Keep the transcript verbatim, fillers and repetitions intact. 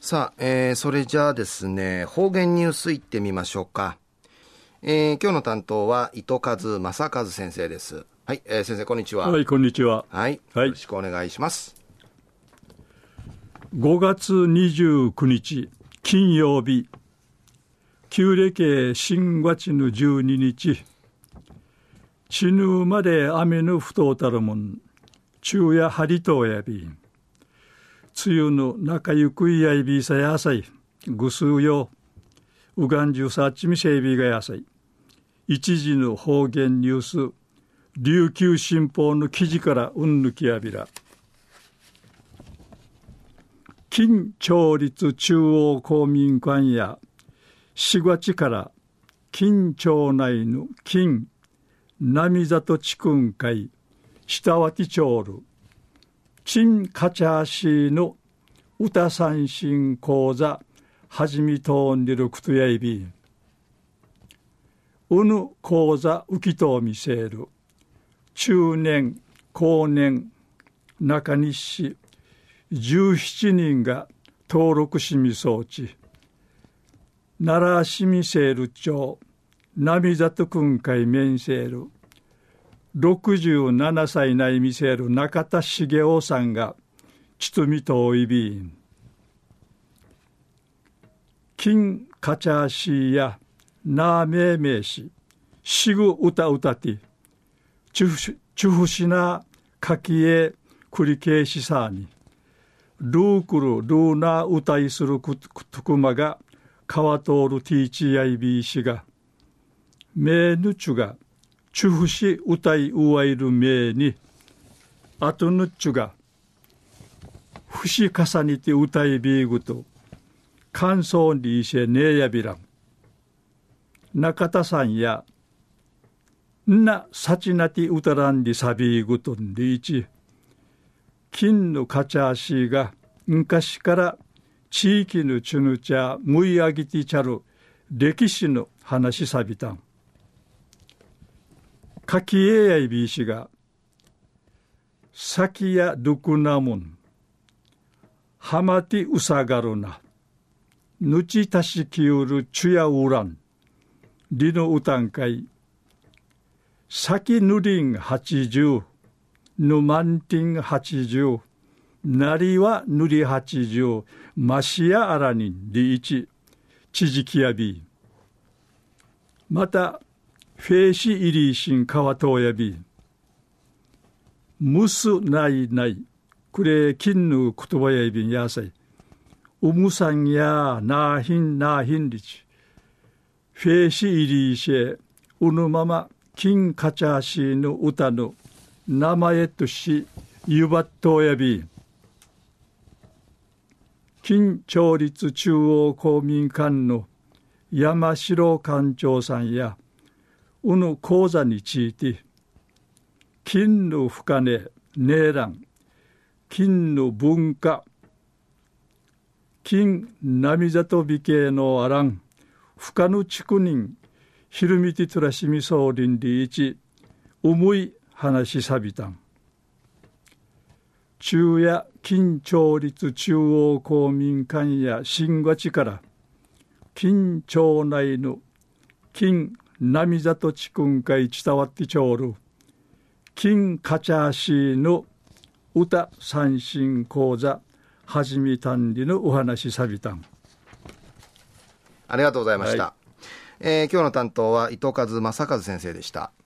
さあ、えー、それじゃあですね、方言ニュースいってみましょうか。えー、今日の担当は糸数正和先生です。はい、えー、先生こんにちは。 はい、こんにちは。 はい、 はい、 よろしくお願いします。 ごがつにじゅうくにち金曜日、旧暦新月のじゅうににち、ちぬまで雨のふとうたるもん、昼夜張りとうやび、梅雨の中ゆくいやいびさやさい、ぐすうよ、うがんじゅうさっちみせいびがやさい、一時の方言ニュース、琉球新報の記事からうんぬきやびら。近町立中央公民館やしがつから近町内の近波里地区会下脇町る陳カチャーシーの歌三振講座はじみとんでるくとやいびうぬ講座浮きとを見せる中年後年中西市じゅうななにんが登録しみそうち奈良市みせる町波里く会面せるろくじゅうななさい内見せる中田茂雄さんがちとみとおいびん金カチャーシーやなあめいめいししぐ歌歌てちゅふしなかきえ繰り返しさにルークルルーナー歌いするくとくまが川通るティーチやいびいしがめいぬちゅがちゅふし歌いうわいるめいにあとぬちゅがふし重ねて歌いびいぐと感想にいせねえやびらん中田さんやんなさちなて歌らんりさびいぐとんりいち金のカチャーシーが昔から地域のチュヌチャムイアギティチャル歴史の話さびたんかきえやいびいしがさきやどくなもんはまてうさがるなぬちたしきうるちゅやうらんりのうたんかいさきぬりんはちじゅうぬまんてんはちじゅうなりはぬりはちじゅうましやあらにんりいちちじきやびまたフェーシイリーシンかわとうやびむすないないくれきんぬ言葉やびんやさいうむさんやなひんなひんりちフェーシイリーシェうぬまま金カチャーシーの歌の名前としゆばっとうやび金町立中央公民館の山城館長さんやうぬ講座について金の深根ねえらん金の文化金波里美形のあらん深ぬちくにんひるみてとらしみそうりんりいち重い話さびたん中夜金町立中央公民館や新月から金町内の金波里地区会伝わってちょうる金カチャーシーの歌三振講座はじみたんりのお話さびたんありがとうございました、 はい、 えー、今日の担当は糸数正和先生でした。